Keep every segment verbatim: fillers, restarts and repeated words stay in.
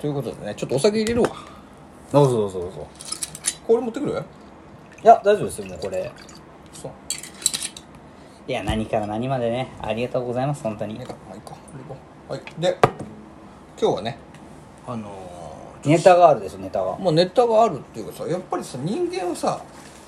ということでね、ちょっとお酒入れるわ。 どうぞどうぞどうぞ。 これ持ってくる？ いや大丈夫ですよもうこれ。 そう。 いや何から何までねありがとうございます本当に。 いいか、まあいいか。はい。で、今日はね、あのー、 ネタがあるでしょネタが。 まあネタがあるっていうかさ、やっぱりさ人間はさ、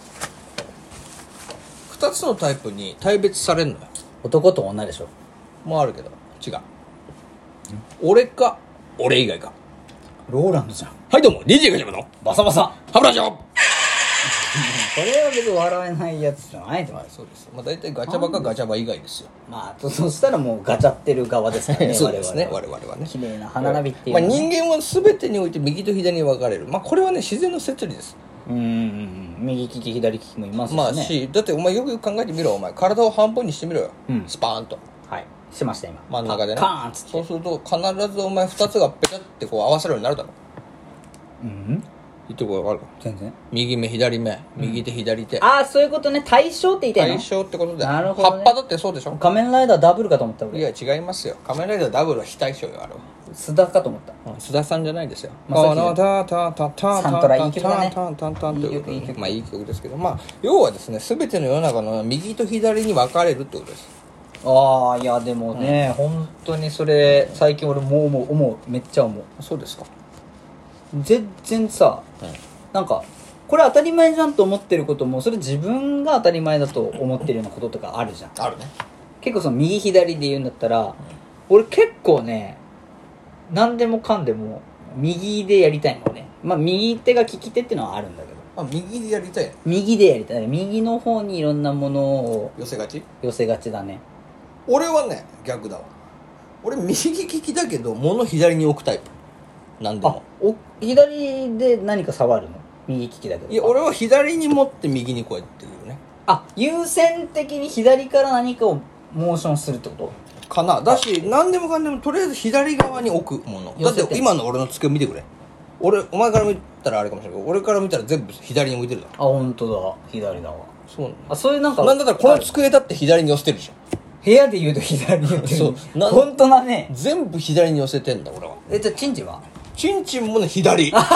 二つのタイプに大別されるのよ。 男と女でしょ。 もうあるけど違う。俺か俺以外か。 ローランドじゃん。 はいどうも ディージェー ガチャバのバサバサ。 ハブラジオ。 これは別に笑えないやつじゃないと思う。 そうです。まあ大体ガチャバかガチャバ以外ですよ。 まあとそしたらもうガチャってる側ですからね。 そうですね。我我々 々はね。 綺麗な歯並びっていうまあのはね、 人間は全てにおいて右と左に分かれる。まあこれはね自然の摂理です。 うんうんうん右利き左利きもいますしね。 まあし、だってお前よくよく考えてみろ。お前体を半分にしてみろよ。 うんスパーンとはいしました今。 真ん中でね。 パパーンっつって。 そうすると必ずお前二つがペタってこう合わさるようになるだろ。 うん言ってること分かるか？ 全然。 右目左目、右手左手。 ああそういうことね。対象って言いたいの。 対象ってことだよ。 なるほどね葉っぱだってそうでしょ。 仮面ライダーダブルかと思ったい俺。 や違いますよ。仮面ライダーダブルは非対象よあれは。 須田かと思った。 うん須田さんじゃないですよ。 まさきのタタタタサントラいい曲だねタンタンタンということでいい曲いい曲まあいい曲ですけど、まあ要はですね全ての世の中の右と左に分かれるってことです。 ああいやでもね、うん、本当にそれ最近俺もう思う思うめっちゃ思う。 そうですか。 全然さ、うん、なんかこれ当たり前じゃんと思ってることもそれ自分が当たり前だと思ってるようなこととかあるじゃん。 あるね。 結構その右左で言うんだったら、うん、俺結構ね何でもかんでも右でやりたいのね。まあ右手が利き手っていうのはあるんだけど、 あ右でやりたい。 右でやりたい。右の方にいろんなものを寄せがち寄せがちだね。 俺はね逆だわ。俺右利きだけど物左に置くタイプ。なんでも。 あお左で何か触るの？右利きだけど。 いや俺は左に持って右にこうやって言うね。 あ優先的に左から何かをモーションするってことかな。だし何でもかんでもとりあえず左側に置くものだって今の俺の机を見てくれ。俺お前から見たらあれかもしれないけど俺から見たら全部左に置いてるだろ。 あ本当だ左だわ。 そうあそういうなんかなんだったらこの机だって左に寄せてるじゃん。 部屋で言うと左に寄ってる。 そうな本当だね。 全部左に寄せてんだ俺は。 えじゃあチンチンはチンチンもね左マ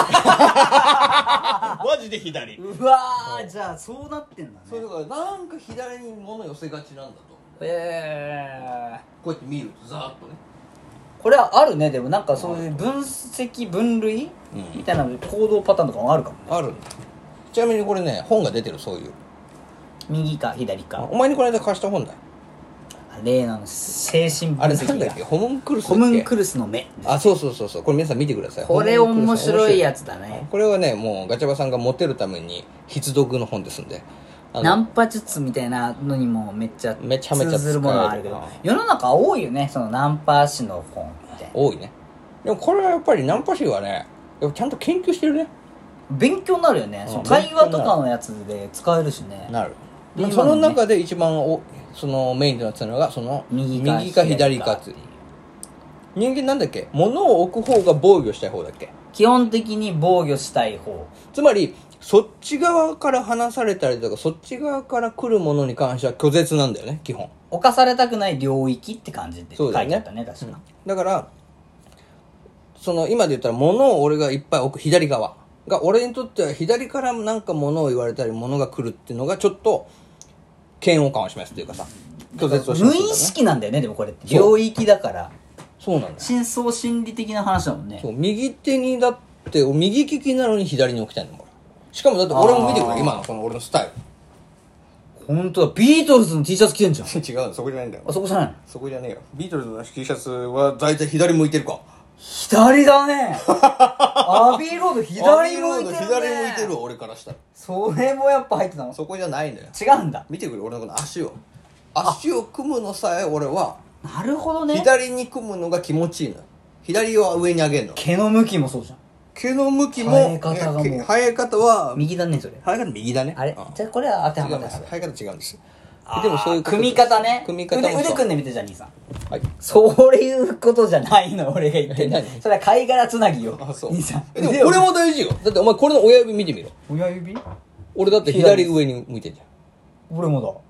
ジで左。 うわーじゃあそうなってんだね。 そうだからなんか左に物寄せがちなんだと。 へえこうやって見るとざーっとね。 これはあるね。でもなんかそういう分析分類、うん、みたいな行動パターンとかもあるかもね。 あるんだ。ちなみにこれね本が出てる。そういう右か左か。 お前にこの間貸した本だよ。 例の精神分析があれなんだっけホムンクルスだっけ。 ホムンクルスの目。 あそうそうそうそうこれ皆さん見てください。 これ面白いやつだね。 これはねもうガチャバさんがモテるために必読の本ですんで。 ナンパ術みたいなのにもめっちゃめちゃめちゃ通ずるものがあるけど世の中多いよねそのナンパ師の本って多いね。でもこれはやっぱりナンパ師はねちゃんと研究してるね。 勉強になるよね。その会話とかのやつで使えるしね。 なる。でその中で一番おそのメインとなってたのがその右か左かっていう。人間なんだっけ物を置く方が防御したい方だっけ。 基本的に防御したい方。 つまりそっち側から離されたりとかそっち側から来るものに関しては拒絶なんだよね基本。 侵されたくない領域って感じで書いてあったね。確か、 うん、だからその今で言ったら物を俺がいっぱい置く左側が俺にとっては左からなんか物を言われたり物が来るっていうのがちょっと嫌悪感を示すっていうかさ拒絶を示す、ね、 無意識なんだよね。でもこれって領域だからそうなんだよ。 深層心理的な話だもんね。 そう右手にだって右利きなのに左に置きたいんだもん。しかもだって俺も見てくれ今のこの俺のスタイル。 本当だビートルズの T シャツ着てんじゃん。 違うのそこじゃないんだよ。 あそこじゃないの。 そこじゃねえよ。ビートルズの T シャツは大体左向いてるか。 左だねアビーロード左向いてるね。 左向いてるわ俺からしたら。 それもやっぱ入ってたの。 そこじゃないんだよ。 違うんだ。 見てくれ俺のこの足を足を組むのさえ俺はなるほどね。 左に組むのが気持ちいいの。左は上に上げるの。 毛の向きもそうじゃん。 毛の向きも生え方がもう生え方は右だねそれ。 生え方右だね。 あれ、うん、じゃあこれは当てはまらない。 生え方違うんです。でもそういう組み方ね。 組み方も腕腕組んでみてじゃあ兄さん。 はい。 そういうことじゃないの俺が言ってる。 何それは貝殻つなぎよ。 あそう。 兄さん。 でもこれも大事よ。だってお前これの親指見てみろ。 親指？ 俺だって左上に向いてんじゃん。 俺もだ。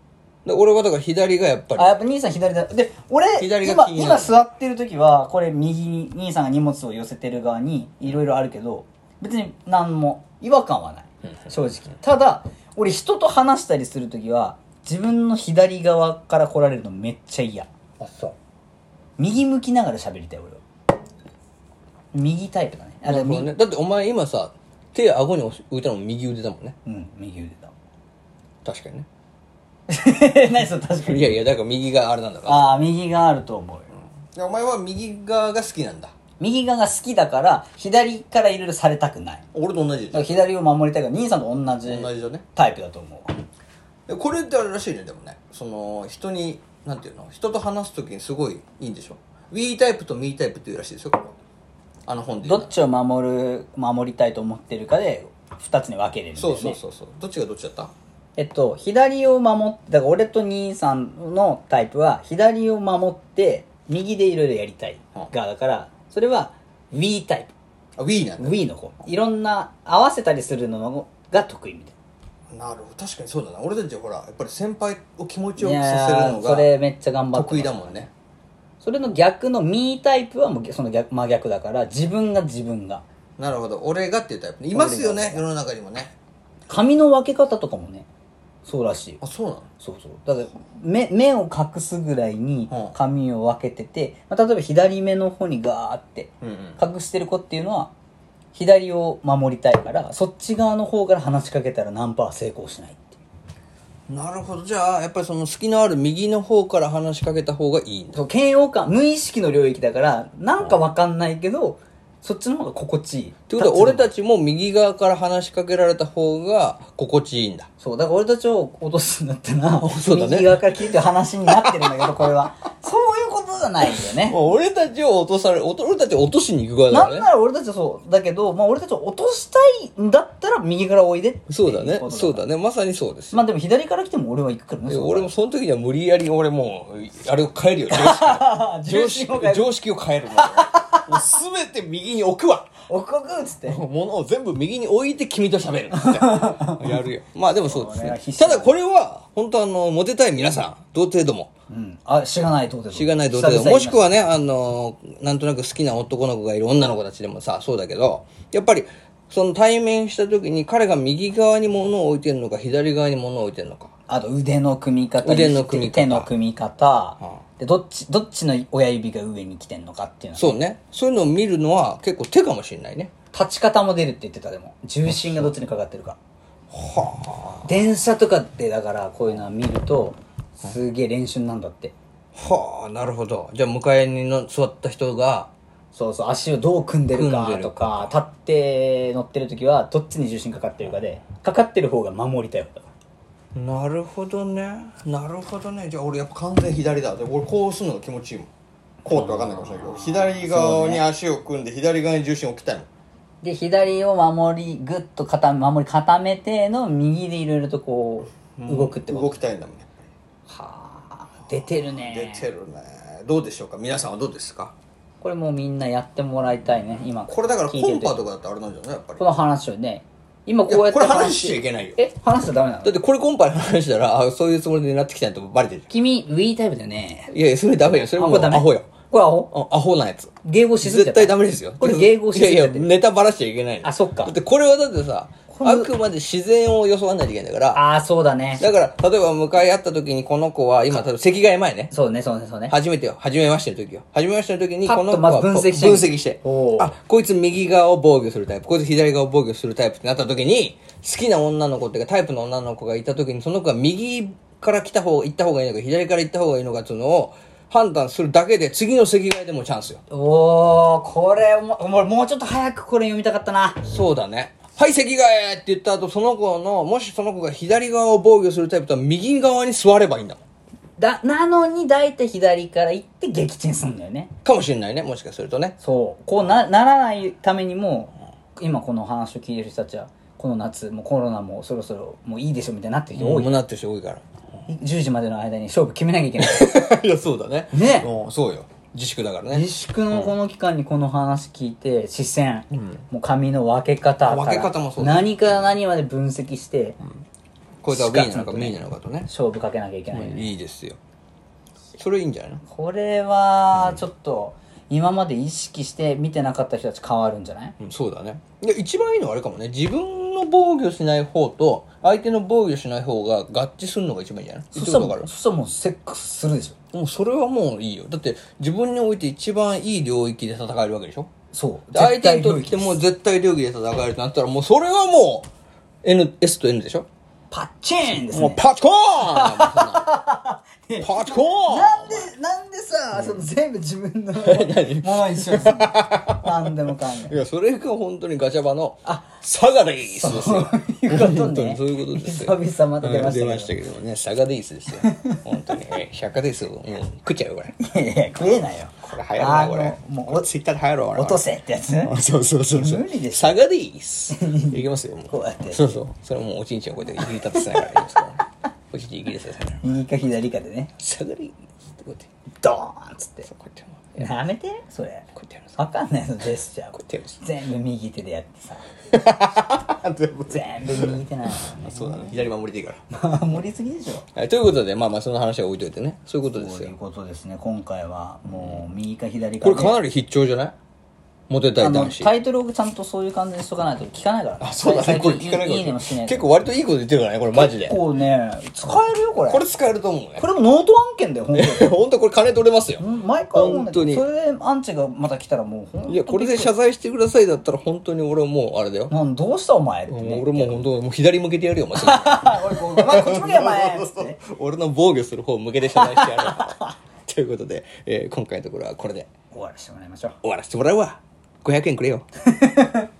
で俺はだから左がやっぱりあ、やっぱ兄さん左だ。で、俺、今、 左が気になる今座ってる時は、これ右に、兄さんが荷物を寄せてる側に、いろいろあるけど、別に何も違和感はない。正直。ただ、俺人と話したりする時は、自分の左側から来られるのめっちゃ嫌。 あそう右向きながら喋りたい、俺は。右タイプだね。あ、 なるほどね。だってお前今さ手顎に置いたのも右腕だもんね。 うん、右腕だ。 確かにね。 何それ確かに。 いやいやだから右があれなんだから。 ああ、右があると思うよ。 でお前は右側が好きなんだ。 右側が好きだから、左からいろいろされたくない。 俺と同じでだから左を守りたいから、兄さんと同じ同じだね。 タイプだと思う。 これってあれらしいね。でもねその人になんていうの人と話すときにすごいいいんでしょ。 B タイプと ミー タイプっていうらしいですよここあの本でどっちを守る、守りたいと思ってるかで、二つに分けれるんだよね。 そうそうそうそうどっちがどっちだった。 えっと、左を守って、だから俺と兄さんのタイプは、左を守って、右でいろいろやりたい側だから、それは Wii タイあ Wii なんプ。 だ。 Wii の方。いろんな、合わせたりするのが得意みたいなるほど確かにそうだな。俺たちはほらやっぱり先輩を気持ちな。 よくさせるのーそれがめっちゃ頑張って得意だもんね。 それの逆の Me タイプはもうその逆真逆だから、自分が自分が。 なるほど俺がっていうタイプいますよね世の中にもね。 髪の分け方とかもね、そうらしいよ。 あそうなの。 そうそう。だから目、目を隠すぐらいにうん髪を分けてて、まあ、例えば左目の方にガーってうんうん隠してる子っていうのは、左を守りたいから、そっち側の方から話しかけたら何パー成功しないっていう。 なるほどじゃあやっぱりその好きのある右の方から話しかけた方がいいんだ。 そう、嫌悪感、無意識の領域だから、なんか分かんないけど、そっちの方が心地いい。 ってことは俺たちも右側から話しかけられた方が心地いいんだ。 そう、だから俺たちを落とすんだったら、 そうだね右側から聞いてる話になってるんだけど、これは。そういうことじゃないんだよね。 もう俺たちを落とされ、おと俺たちを落としに行く側だなんからね。 なら俺たちはそうだけど、まあ俺たちを落としたいんだったら右からおいでっていそうだねことそうだねまさにそうですよ。 まあでも左から来ても俺は行くからね。そこ俺もその時には無理やり俺もうあれを変えるよ常識重心を変える常識を変えるのもう全て右に置くわおくおくっつって。 物を全部右に置いて君と喋るってやるよ。まあでもそうですこれはね必死だねただこれは本当あのモテたい皆さん童貞どもうん。あ、しがない童貞。 しがない童貞もしくはねあのなんとなく好きな男の子がいる女の子たちでもさそうだけどやっぱりその対面した時に彼が右側に物を置いてるのか左側に物を置いてるのか。 あと腕の組み方、 腕の組み方手の組み方、 あで、どっち、どっちの親指が上に来てんのかっていうのはそうねそういうのを見るのは結構手かもしれないね。 立ち方も出るって言ってた。でも重心がどっちにかかってるか。はあ。電車とかってだからこういうのは見るとすげえ練習になるんだって。 はあなるほど。じゃあ向かいにの座った人がそうそう、足をどう組んでるか組んでるとか、立って乗ってる時はどっちに重心かかってるかで、かかってる方が守りたい方だから。 なるほどねなるほどね。じゃあ俺やっぱ完全左だ。で俺こうするのが気持ちいいもん。こうって分かんないかもしれないけど左側に足を組んで左側に重心を置きたいもん。 で、左を守り、ぐっと固め、守り固めての右でいろいろとこう、動くってこと。 動きたいんだもんね。 はあ、出てるね。 出てるね。どうでしょうか皆さんはどうですか。 これもうみんなやってもらいたいね、今。 これだからコ聞いてるンパとかだってあれなんじゃないやっぱり。 この話をね、今こうやっていやこれ話しちゃいけないよ。 え話しちゃダメなのだってこれコンパで話したらあそういうつもりでなってきたんやとバレてるじ君、Wii タイプだよね。 ゃん。いやいやそれダメよ。それもうあこれダメアホよ。 これアホあアホなやつ。 迎合しすぎちゃった。 絶対ダメですよ。 これ迎合しすぎいやいやちゃってる。 ネタバラしちゃいけないの。 あそっかだってこれはだってさこれあくまで自然を装わないといけないんだから。 ああ、そうだね。 だから例えば向かい合った時にこの子は今例えば席替え前ね。 そうね、そうね、そうね。 初めてよ。初めましての時よ。初めましての時にパッとこの子はまず分析して分析しておーあこいつ右側を防御するタイプこいつ左側を防御するタイプってなった時に好きな女の子っていうかタイプの女の子がいた時にその子が右から来た方行った方がいいのか左から行った方がいいのかっていうのを判断するだけで次の席替えでもチャンスよ。 おー、これも、もうもうちょっと早くこれ読みたかったな。 そうだね。はい席替えって言った後その子のもしその子が左側を防御するタイプとは右側に座ればいいんだもん。 だ、なのに大体左から行って撃沈するんだよね。 かもしれないねもしかするとね。 そう。こうな、ならないためにも、今この話を聞いてる人たちは、この夏、もうコロナもそろそろもういいでしょみたいになってる人多い。 もうなってる人多いからじゅうじまでの間に勝負決めなきゃいけない。 いやそうだね。 ねうんそうよ。自粛だからね。 自粛のこの期間にこの話聞いて、視線、もう髪の分け方から、 分け方もそうだ何から何まで分析して、 こいつは B なのか B なのかとね、 勝負かけなきゃいけない、ね、 いいですよ。それいいんじゃないの。 これはちょっと今まで意識して見てなかった人たち変わるんじゃない、 うん、そうだね。で一番いいのはあれかもね、自分の防御しない方と相手の防御しない方が合致するのが一番いいんじゃない。 そしたらそしたらもうセックスするでしょ。 もうそれはもういいよ。だって自分において一番いい領域で戦えるわけでしょ。 そう相手にとっても絶対領域で戦えるとなったら、もうそれはもう N S と N でしょ。 パッチーンですね。 もうパチコーンパチコーンなんでなんでさ、その全部自分のものにしようとするのなんでもかんでいや、それが本当にガチャバのサガデイスですよ。 そういうことね。 本当にそういうことですよ。 久々また出ましたけど、 出ましたけどもね、サガデイスですよ。本当に。え、百貨デイスをもう食っちゃうよ、これ。 いやいや食えないよ。 これ流行るな、これ。 もうこれツイッターで流行るわ、 落とせってやつ。 そうそうそうそう。 無理ですサガデイス。いきますよ、もう。 こうやってそうそう。それはもうおちんちんをこうやって握り立たせながら言いますから。おちんちん握り立たせながら。 右か左かでね、 サガデイスってこうやって。 ドーンっつってそう、こうやって。 やめてそれ。 こうやってやるんです。 わかんないのジェスチャー。 こうやってやるんです。 全部右手でやってさ、 全部全部右手なの。 そうだね。左守りでいいから。 盛りすぎでしょ。 はい、ということで、まあまあその話は置いといてね。そういうことですよそういう。ことですね。今回はもう右か左かで、 これかなり必聴じゃない？モテたあのい男子。 タイトルをちゃんとそういう感じにしとかないと聞かないからね。 あ、そうだね。 最これ近聞かないから。 いいねもしない結構割といいこと言ってるからね、これマジで。 結構ね使えるよこれ。 これ使えると思うねこ。れもノート案件だよ本当に。 本当これ金取れますよ。 うん毎回思うんだけど、 本当にそれでアンチがまた来たらもう本当にいや、これで謝罪してくださいだったら本当に俺はもうあれだよ。 なんどうしたお前ってもうね。 俺もう本当もう左向けてやるよ、お前。 俺こうお前こっち向けよお前っつってね。 俺の防御する方向けて謝罪してやるよ。ということで、えー今回のところはこれで終わらせてもらいましょう。 終わらせてもらうわ。ごひゃくえんくれよ。